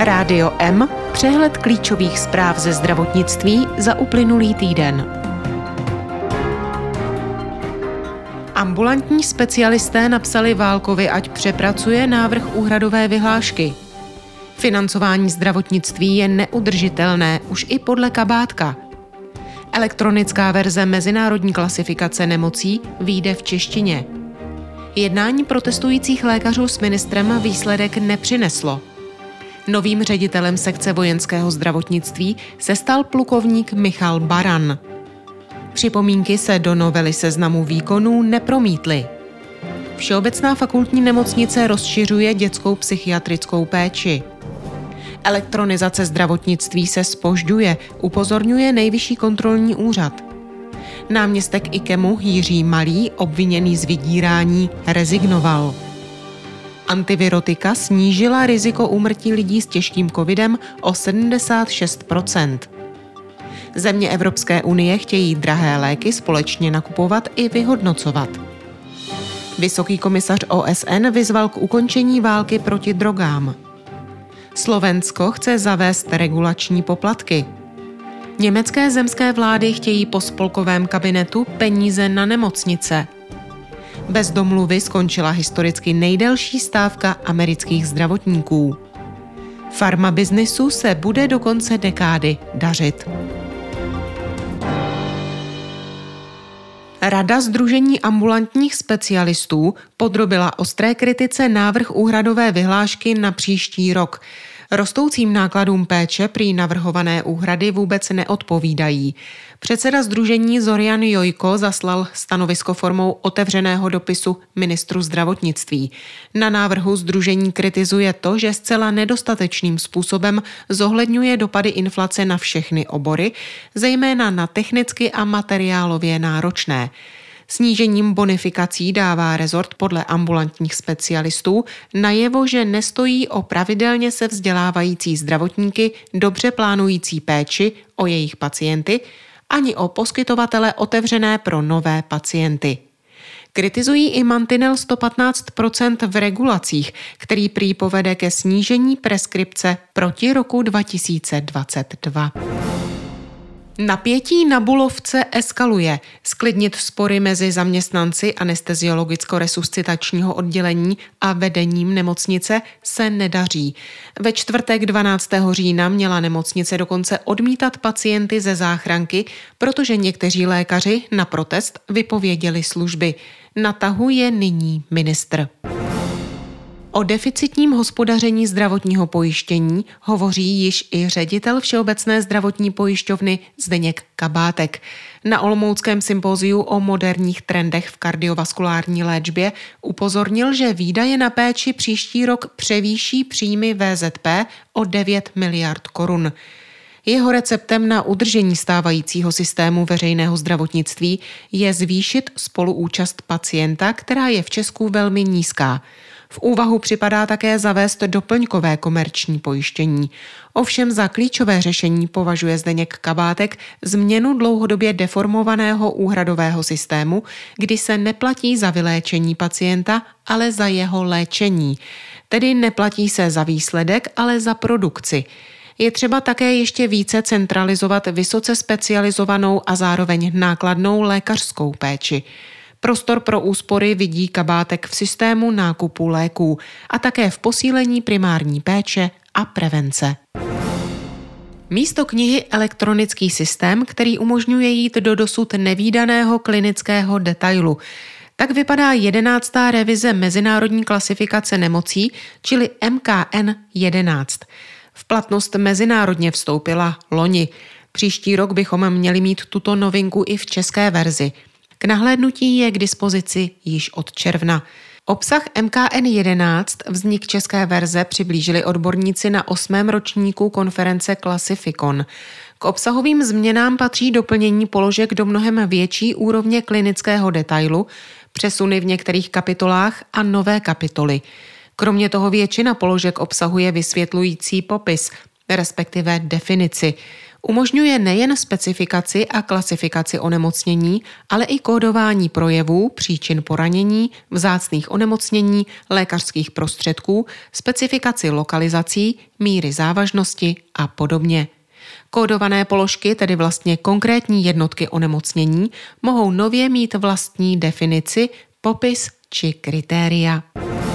Rádio M, přehled klíčových zpráv ze zdravotnictví za uplynulý týden. Ambulantní specialisté napsali Válkovi, ať přepracuje návrh úhradové vyhlášky. Financování zdravotnictví je neudržitelné už i podle Kabátka. Elektronická verze mezinárodní klasifikace nemocí vyjde v češtině. Jednání protestujících lékařů s ministrem výsledek nepřineslo. Novým ředitelem sekce vojenského zdravotnictví se stal plukovník Michal Baran. Připomínky se do novely seznamu výkonů nepromítly. Všeobecná fakultní nemocnice rozšiřuje dětskou psychiatrickou péči. Elektronizace zdravotnictví se zpožďuje, upozorňuje Nejvyšší kontrolní úřad. Náměstek IKEMu Jiří Malý, obviněný z vydírání, rezignoval. Antivirotika snížila riziko úmrtí lidí s těžkým covidem o 76%. Země Evropské unie chtějí drahé léky společně nakupovat i vyhodnocovat. Vysoký komisař OSN vyzval k ukončení války proti drogám. Slovensko chce zavést regulační poplatky. Německé zemské vlády chtějí po spolkovém kabinetu peníze na nemocnice. Bez domluvy skončila historicky nejdelší stávka amerických zdravotníků. Farmabiznisu se bude do konce dekády dařit. Rada Sdružení ambulantních specialistů podrobila ostré kritice návrh úhradové vyhlášky na příští rok. Rostoucím nákladům péče prý navrhované úhrady vůbec neodpovídají. Předseda sdružení Zorian Jojko zaslal stanovisko formou otevřeného dopisu ministru zdravotnictví. Na návrhu sdružení kritizuje to, že zcela nedostatečným způsobem zohledňuje dopady inflace na všechny obory, zejména na technicky a materiálově náročné. Snížením bonifikací dává rezort podle ambulantních specialistů najevo, že nestojí o pravidelně se vzdělávající zdravotníky, dobře plánující péči o jejich pacienty, ani o poskytovatele otevřené pro nové pacienty. Kritizují i mantinel 115% v regulacích, který prý povede ke snížení preskripce proti roku 2022. Napětí na Bulovce eskaluje. Sklidnit spory mezi zaměstnanci anesteziologicko-resuscitačního oddělení a vedením nemocnice se nedaří. Ve čtvrtek 12. října měla nemocnice dokonce odmítat pacienty ze záchranky, protože někteří lékaři na protest vypověděli služby. Na tahu je nyní ministr. O deficitním hospodaření zdravotního pojištění hovoří již i ředitel Všeobecné zdravotní pojišťovny Zdeněk Kabátek. Na olomouckém sympóziu o moderních trendech v kardiovaskulární léčbě upozornil, že výdaje na péči příští rok převýší příjmy VZP o 9 miliard korun. Jeho receptem na udržení stávajícího systému veřejného zdravotnictví je zvýšit spoluúčast pacienta, která je v Česku velmi nízká. V úvahu připadá také zavést doplňkové komerční pojištění. Ovšem za klíčové řešení považuje Zdeněk Kabátek změnu dlouhodobě deformovaného úhradového systému, kdy se neplatí za vyléčení pacienta, ale za jeho léčení. Tedy neplatí se za výsledek, ale za produkci. Je třeba také ještě více centralizovat vysoce specializovanou a zároveň nákladnou lékařskou péči. Prostor pro úspory vidí Kabátek v systému nákupu léků a také v posílení primární péče a prevence. Místo knihy elektronický systém, který umožňuje jít do dosud nevídaného klinického detailu. Tak vypadá 11. revize mezinárodní klasifikace nemocí, čili MKN 11. V platnost mezinárodně vstoupila loni. Příští rok bychom měli mít tuto novinku i v české verzi. K nahlédnutí je k dispozici již od června. Obsah MKN 11 vznik české verze přiblížili odborníci na 8. ročníku konference Classificon. K obsahovým změnám patří doplnění položek do mnohem větší úrovně klinického detailu, přesuny v některých kapitolách a nové kapitoly. Kromě toho většina položek obsahuje vysvětlující popis, respektive definici. Umožňuje nejen specifikaci a klasifikaci onemocnění, ale i kódování projevů, příčin poranění, vzácných onemocnění, lékařských prostředků, specifikaci lokalizací, míry závažnosti a podobně. Kódované položky, tedy vlastně konkrétní jednotky onemocnění, mohou nově mít vlastní definici, popis či kritéria.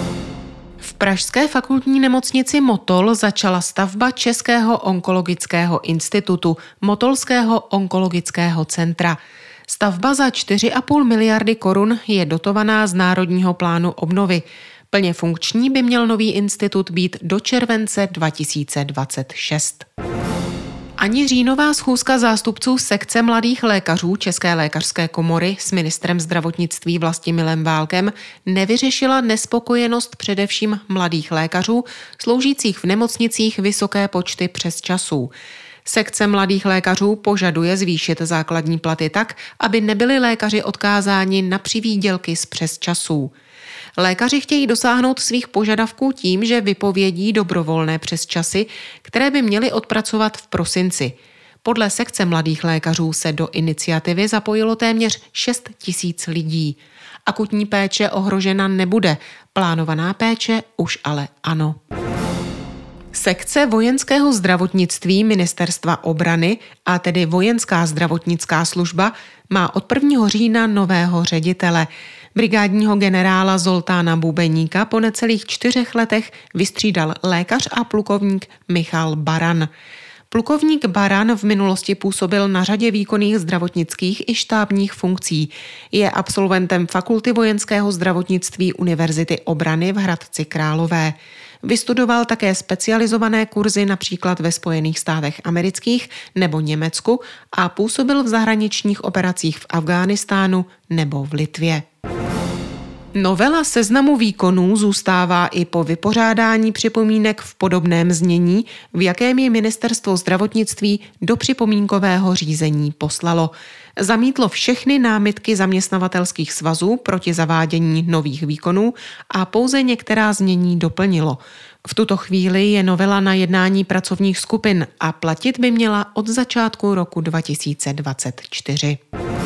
V pražské fakultní nemocnici Motol začala stavba Českého onkologického institutu, Motolského onkologického centra. Stavba za 4,5 miliardy korun je dotovaná z Národního plánu obnovy. Plně funkční by měl nový institut být do července 2026. Ani říjnová schůzka zástupců sekce mladých lékařů České lékařské komory s ministrem zdravotnictví Vlastimilem Válkem nevyřešila nespokojenost především mladých lékařů sloužících v nemocnicích vysoké počty přesčasů. Sekce mladých lékařů požaduje zvýšit základní platy tak, aby nebyli lékaři odkázáni na přivýdělky z přesčasů. Lékaři chtějí dosáhnout svých požadavků tím, že vypovědí dobrovolné přesčasy, které by měli odpracovat v prosinci. Podle sekce mladých lékařů se do iniciativy zapojilo téměř 6 000 lidí. Akutní péče ohrožena nebude, plánovaná péče už ale ano. Sekce vojenského zdravotnictví Ministerstva obrany, a tedy Vojenská zdravotnická služba, má od 1. října nového ředitele. Brigádního generála Zoltána Bubeníka po necelých 4 letech vystřídal lékař a plukovník Michal Baran. Plukovník Baran v minulosti působil na řadě výkonných zdravotnických i štábních funkcí. Je absolventem Fakulty vojenského zdravotnictví Univerzity obrany v Hradci Králové. Vystudoval také specializované kurzy například ve Spojených státech amerických nebo Německu a působil v zahraničních operacích v Afghánistánu nebo v Litvě. Novela seznamu výkonů zůstává i po vypořádání připomínek v podobném znění, v jakém ji Ministerstvo zdravotnictví do připomínkového řízení poslalo. Zamítlo všechny námitky zaměstnavatelských svazů proti zavádění nových výkonů a pouze některá znění doplnilo. V tuto chvíli je novela na jednání pracovních skupin a platit by měla od začátku roku 2024.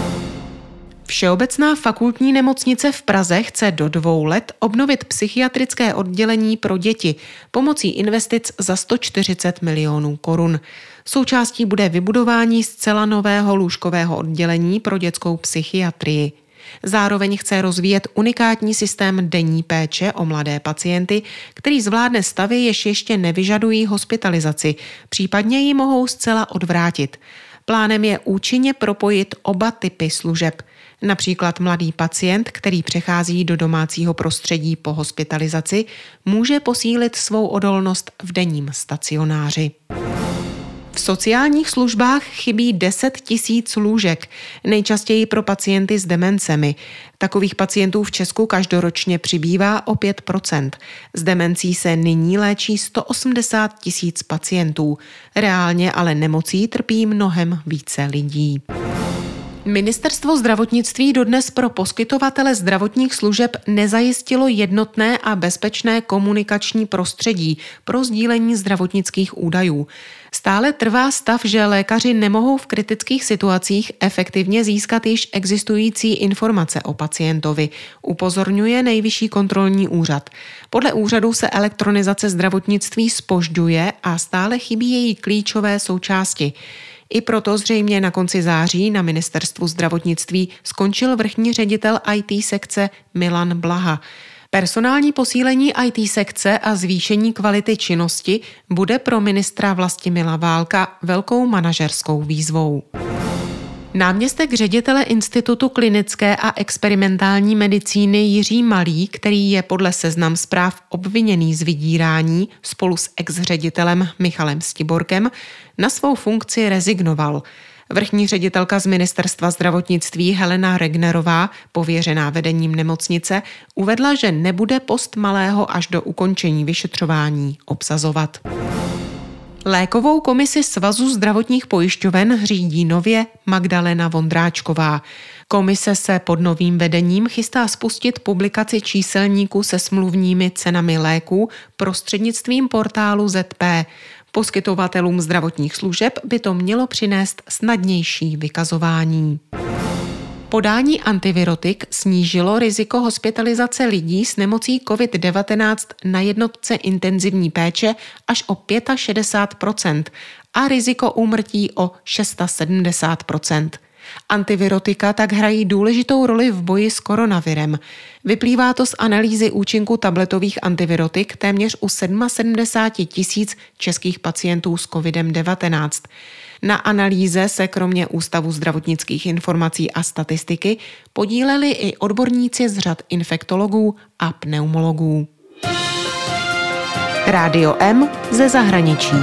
Všeobecná fakultní nemocnice v Praze chce do 2 let obnovit psychiatrické oddělení pro děti pomocí investic za 140 milionů korun. Součástí bude vybudování zcela nového lůžkového oddělení pro dětskou psychiatrii. Zároveň chce rozvíjet unikátní systém denní péče o mladé pacienty, který zvládne stavy, jež ještě nevyžadují hospitalizaci, případně ji mohou zcela odvrátit. Plánem je účinně propojit oba typy služeb. Například mladý pacient, který přechází do domácího prostředí po hospitalizaci, může posílit svou odolnost v denním stacionáři. V sociálních službách chybí 10 000 lůžek, nejčastěji pro pacienty s demencemi. Takových pacientů v Česku každoročně přibývá o 5%. S demencí se nyní léčí 180 000 pacientů. Reálně ale nemocí trpí mnohem více lidí. Ministerstvo zdravotnictví dodnes pro poskytovatele zdravotních služeb nezajistilo jednotné a bezpečné komunikační prostředí pro sdílení zdravotnických údajů. Stále trvá stav, že lékaři nemohou v kritických situacích efektivně získat již existující informace o pacientovi, upozorňuje Nejvyšší kontrolní úřad. Podle úřadu se elektronizace zdravotnictví zpožďuje a stále chybí její klíčové součásti. I proto zřejmě na konci září na Ministerstvu zdravotnictví skončil vrchní ředitel IT sekce Milan Blaha. Personální posílení IT sekce a zvýšení kvality činnosti bude pro ministra Vlastimila Válka velkou manažerskou výzvou. Náměstek ředitele Institutu klinické a experimentální medicíny Jiří Malý, který je podle Seznam Zpráv obviněný z vydírání spolu s ex-ředitelem Michalem Stiborkem, na svou funkci rezignoval. Vrchní ředitelka z Ministerstva zdravotnictví Helena Regnerová, pověřená vedením nemocnice, uvedla, že nebude post Malého až do ukončení vyšetřování obsazovat. Lékovou komisi Svazu zdravotních pojišťoven řídí nově Magdalena Vondráčková. Komise se pod novým vedením chystá spustit publikaci číselníku se smluvními cenami léků prostřednictvím portálu ZP. Poskytovatelům zdravotních služeb by to mělo přinést snadnější vykazování. Podání antivirotik snížilo riziko hospitalizace lidí s nemocí COVID-19 na jednotce intenzivní péče až o 65% a riziko úmrtí o 670%. Antivirotika tak hrají důležitou roli v boji s koronavirem. Vyplývá to z analýzy účinku tabletových antivirotik téměř u 77 000 českých pacientů s COVID-19. Na analýze se kromě Ústavu zdravotnických informací a statistiky podíleli i odborníci z řad infektologů a pneumologů. Rádio M ze zahraničí.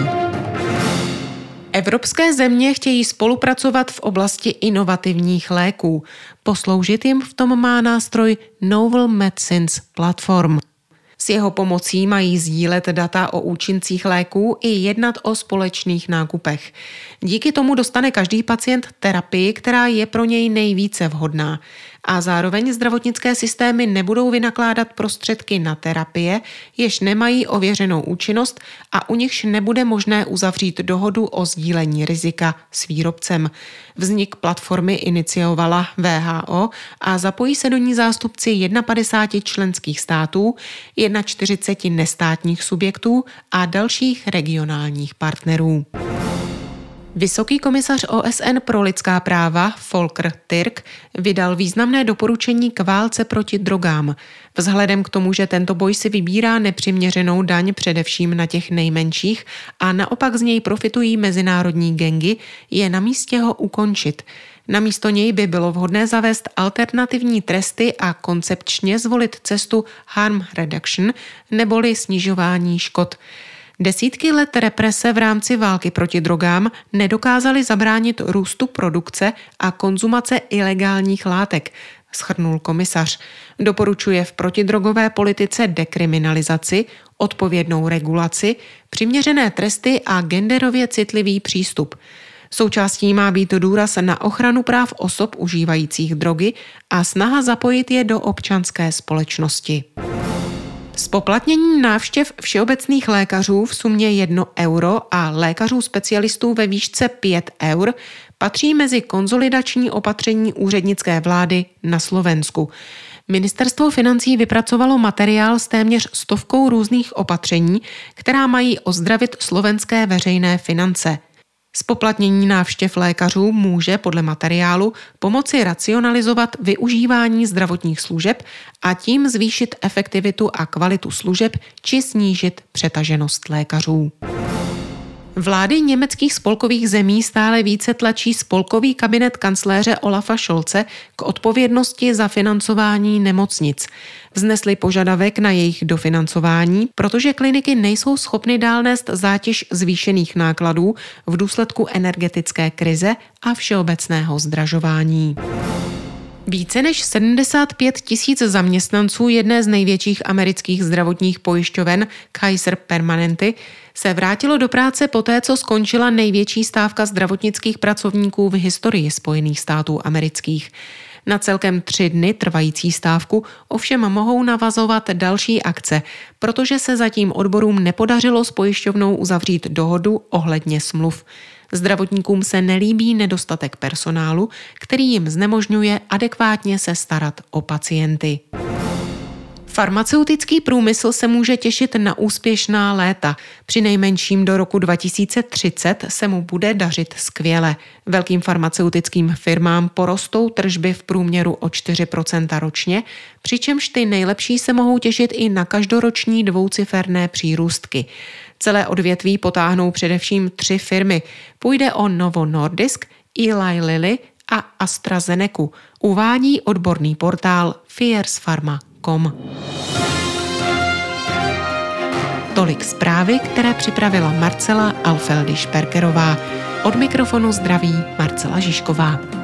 Evropské země chtějí spolupracovat v oblasti inovativních léků. Posloužit jim v tom má nástroj Novel Medicines Platform. S jeho pomocí mají sdílet data o účincích léků i jednat o společných nákupech. Díky tomu dostane každý pacient terapii, která je pro něj nejvíce vhodná. A zároveň zdravotnické systémy nebudou vynakládat prostředky na terapie, jež nemají ověřenou účinnost a u nichž nebude možné uzavřít dohodu o sdílení rizika s výrobcem. Vznik platformy iniciovala WHO a zapojí se do ní zástupci 51 členských států, 41 nestátních subjektů a dalších regionálních partnerů. Vysoký komisař OSN pro lidská práva Volker Türk vydal významné doporučení k válce proti drogám. Vzhledem k tomu, že tento boj si vybírá nepřiměřenou daň především na těch nejmenších a naopak z něj profitují mezinárodní gangy, je na místě ho ukončit. Namísto něj by bylo vhodné zavést alternativní tresty a koncepčně zvolit cestu harm reduction neboli snižování škod. Desítky let represe v rámci války proti drogám nedokázaly zabránit růstu produkce a konzumace ilegálních látek, shrnul komisař. Doporučuje v protidrogové politice dekriminalizaci, odpovědnou regulaci, přiměřené tresty a genderově citlivý přístup. Součástí má být důraz na ochranu práv osob užívajících drogy a snaha zapojit je do občanské společnosti. Zpoplatnění návštěv všeobecných lékařů v sumě 1 euro a lékařů specialistů ve výšce 5 eur patří mezi konsolidační opatření úřednické vlády na Slovensku. Ministerstvo financí vypracovalo materiál s téměř 100 různých opatření, která mají ozdravit slovenské veřejné finance. Zpoplatnění návštěv lékařů může podle materiálu pomoci racionalizovat využívání zdravotních služeb a tím zvýšit efektivitu a kvalitu služeb či snížit přetaženost lékařů. Vlády německých spolkových zemí stále více tlačí spolkový kabinet kancléře Olafa Scholze k odpovědnosti za financování nemocnic. Vznesli požadavek na jejich dofinancování, protože kliniky nejsou schopny dál nést zátěž zvýšených nákladů v důsledku energetické krize a všeobecného zdražování. Více než 75 000 zaměstnanců jedné z největších amerických zdravotních pojišťoven Kaiser Permanente se vrátilo do práce poté, co skončila největší stávka zdravotnických pracovníků v historii Spojených států amerických. Na celkem 3 dny trvající stávku ovšem mohou navazovat další akce, protože se zatím odborům nepodařilo s pojišťovnou uzavřít dohodu ohledně smluv. Zdravotníkům se nelíbí nedostatek personálu, který jim znemožňuje adekvátně se starat o pacienty. Farmaceutický průmysl se může těšit na úspěšná léta. Přinejmenším do roku 2030 se mu bude dařit skvěle. Velkým farmaceutickým firmám porostou tržby v průměru o 4% ročně, přičemž ty nejlepší se mohou těšit i na každoroční dvouciferné přírůstky. Celé odvětví potáhnou především 3 firmy. Půjde o Novo Nordisk, Eli Lilly a AstraZeneca, uvádí odborný portál fiercepharma.com. Tolik zprávy, které připravila Marcela Alfeldy-Šperkerová. Od mikrofonu zdraví Marcela Žižková.